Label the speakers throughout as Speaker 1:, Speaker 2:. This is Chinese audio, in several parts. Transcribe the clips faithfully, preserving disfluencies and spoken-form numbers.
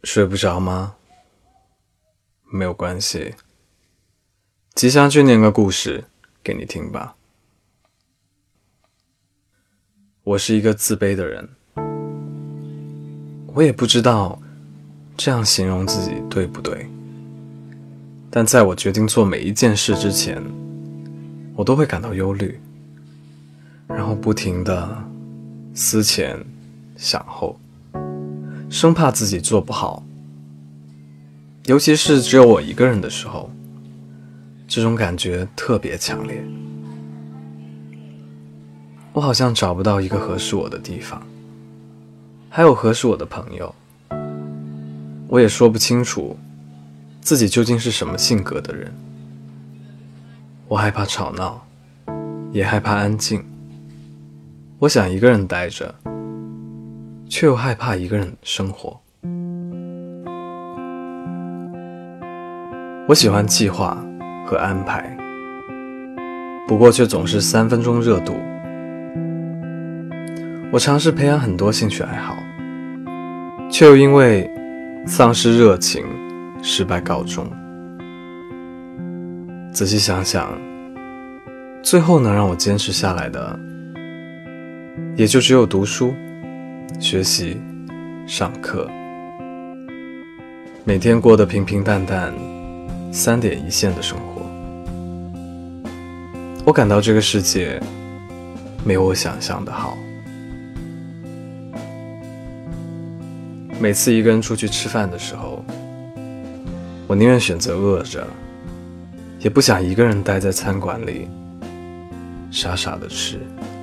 Speaker 1: 睡不着吗？没有关系，吉祥去念个故事给你听吧。我是一个自卑的人，我也不知道这样形容自己对不对，但在我决定做每一件事之前，我都会感到忧虑，然后不停地思前想后，生怕自己做不好。尤其是只有我一个人的时候，这种感觉特别强烈。我好像找不到一个合适我的地方，还有合适我的朋友。我也说不清楚自己究竟是什么性格的人。我害怕吵闹，也害怕安静。我想一个人待着，却又害怕一个人生活。我喜欢计划和安排，不过却总是三分钟热度。我尝试培养很多兴趣爱好，却又因为丧失热情失败告终。仔细想想，最后能让我坚持下来的也就只有读书、学习、上课，每天过得平平淡淡三点一线的生活。我感到这个世界没有我想象的好。每次一个人出去吃饭的时候，我宁愿选择饿着，也不想一个人待在餐馆里傻傻的吃。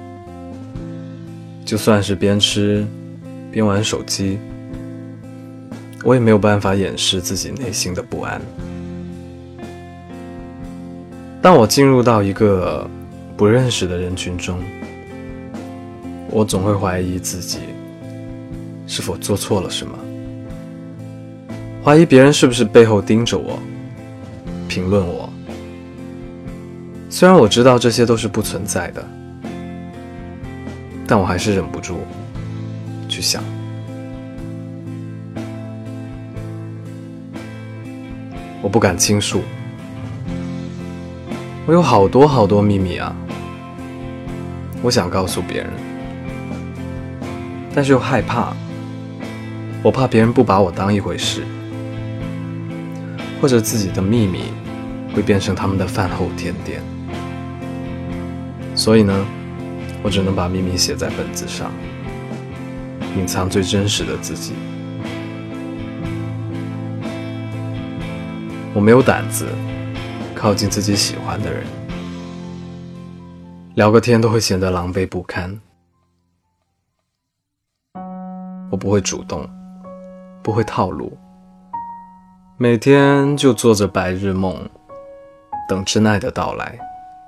Speaker 1: 就算是边吃边玩手机，我也没有办法掩饰自己内心的不安。当我进入到一个不认识的人群中，我总会怀疑自己是否做错了什么，怀疑别人是不是背后盯着我，评论我。虽然我知道这些都是不存在的，但我还是忍不住去想。我不敢倾诉，我有好多好多秘密啊，我想告诉别人，但是又害怕，我怕别人不把我当一回事，或者自己的秘密会变成他们的饭后甜点。所以呢，我只能把秘密写在本子上，隐藏最真实的自己。我没有胆子靠近自己喜欢的人，聊个天都会显得狼狈不堪。我不会主动，不会套路，每天就做着白日梦，等真爱的到来。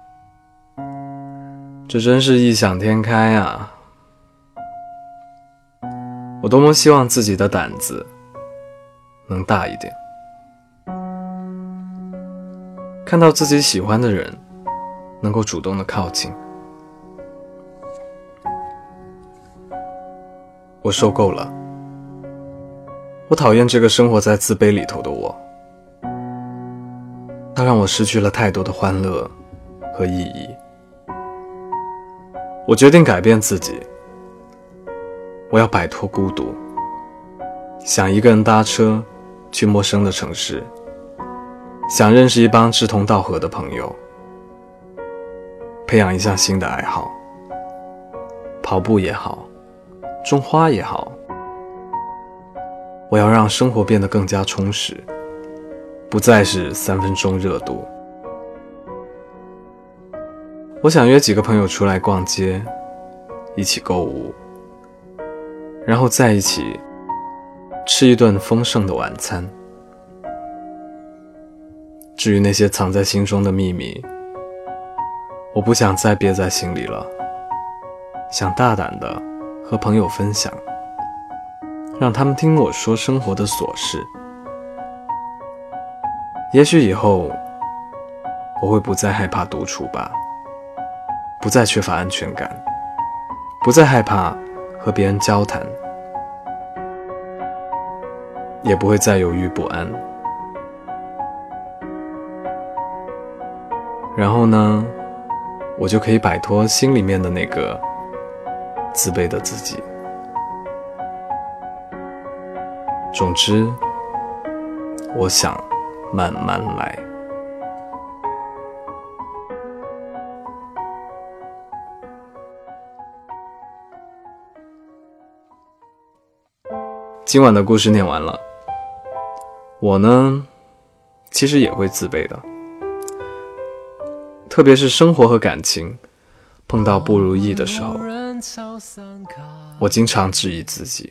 Speaker 1: 这真是异想天开啊！我多么希望自己的胆子能大一点，看到自己喜欢的人能够主动的靠近。我受够了，我讨厌这个生活在自卑里头的我，它让我失去了太多的欢乐和意义。我决定改变自己，我要摆脱孤独，想一个人搭车去陌生的城市，想认识一帮志同道合的朋友，培养一项新的爱好，跑步也好，种花也好。我要让生活变得更加充实，不再是三分钟热度。我想约几个朋友出来逛街，一起购物，然后在一起吃一顿丰盛的晚餐。至于那些藏在心中的秘密，我不想再憋在心里了，想大胆地和朋友分享，让他们听我说生活的琐事。也许以后我会不再害怕独处吧，不再缺乏安全感，不再害怕和别人交谈。 也不会再犹豫不安。然后呢，我就可以摆脱心里面的那个自卑的自己。总之，我想慢慢来。今晚的故事念完了，我呢，其实也会自卑的，特别是生活和感情碰到不如意的时候，我经常质疑自己。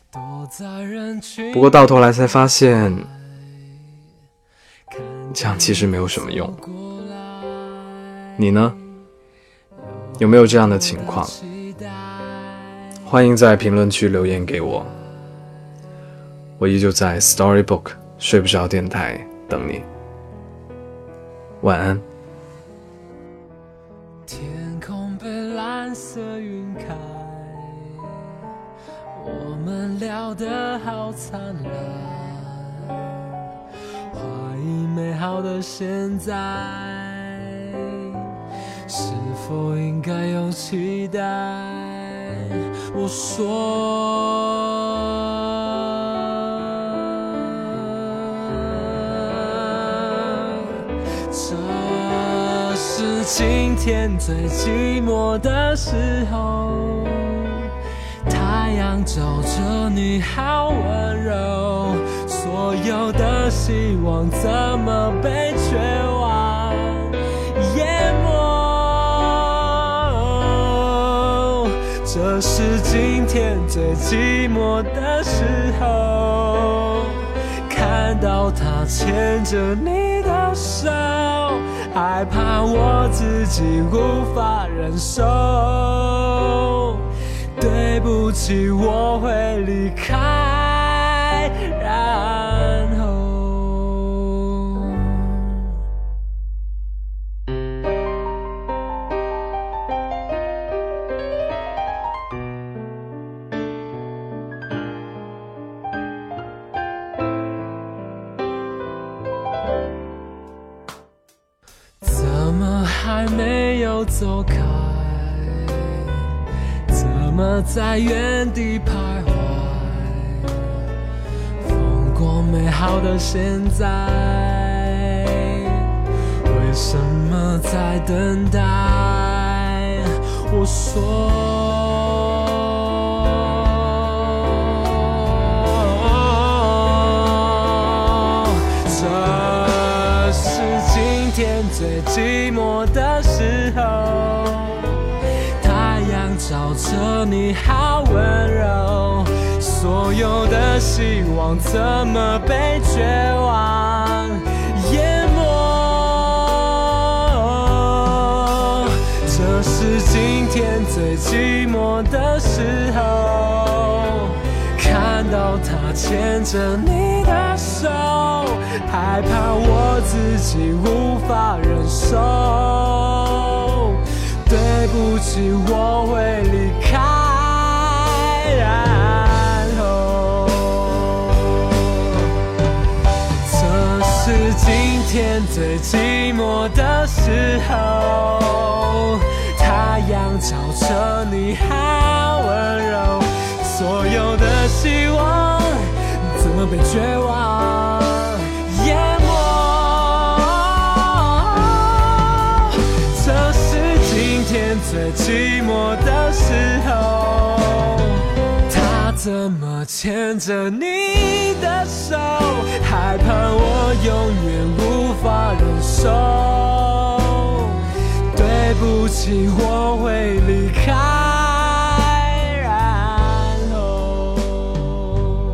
Speaker 1: 不过到头来才发现，这样其实没有什么用。你呢？有没有这样的情况？欢迎在评论区留言给我。我依旧在 Storybook 睡不着电台等你。晚安。
Speaker 2: 天空被蓝色晕开，我们聊得好灿烂，怀疑美好的现在，是否应该有期待？我说这是今天最寂寞的时候，太阳照着你好温柔，所有的希望怎么被绝望淹没？这是今天最寂寞的时候，看到他牵着你的手，害怕我自己无法忍受。对不起，我会离开，然后怎么还没有走开？怎么在原地徘徊？风过美好的现在，为什么在等待？我说这是今天最寂寞的时候，照着你好温柔，所有的希望怎么被绝望淹没？这是今天最寂寞的时候，看到他牵着你的手，害怕我自己无法忍受。对不起，我会离开，然后这是今天最寂寞的时候，太阳照着你好温柔，所有的希望怎么被绝望淹没？这是今天最寂寞的时候，他怎么牵着你的手，害怕我永远无法忍受。对不起，我会离开，然后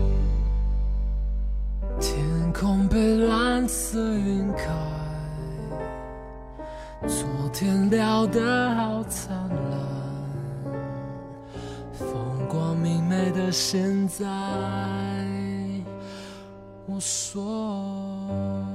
Speaker 2: 天空被蓝色晕开，昨天聊得好灿烂，风光明媚的现在，我说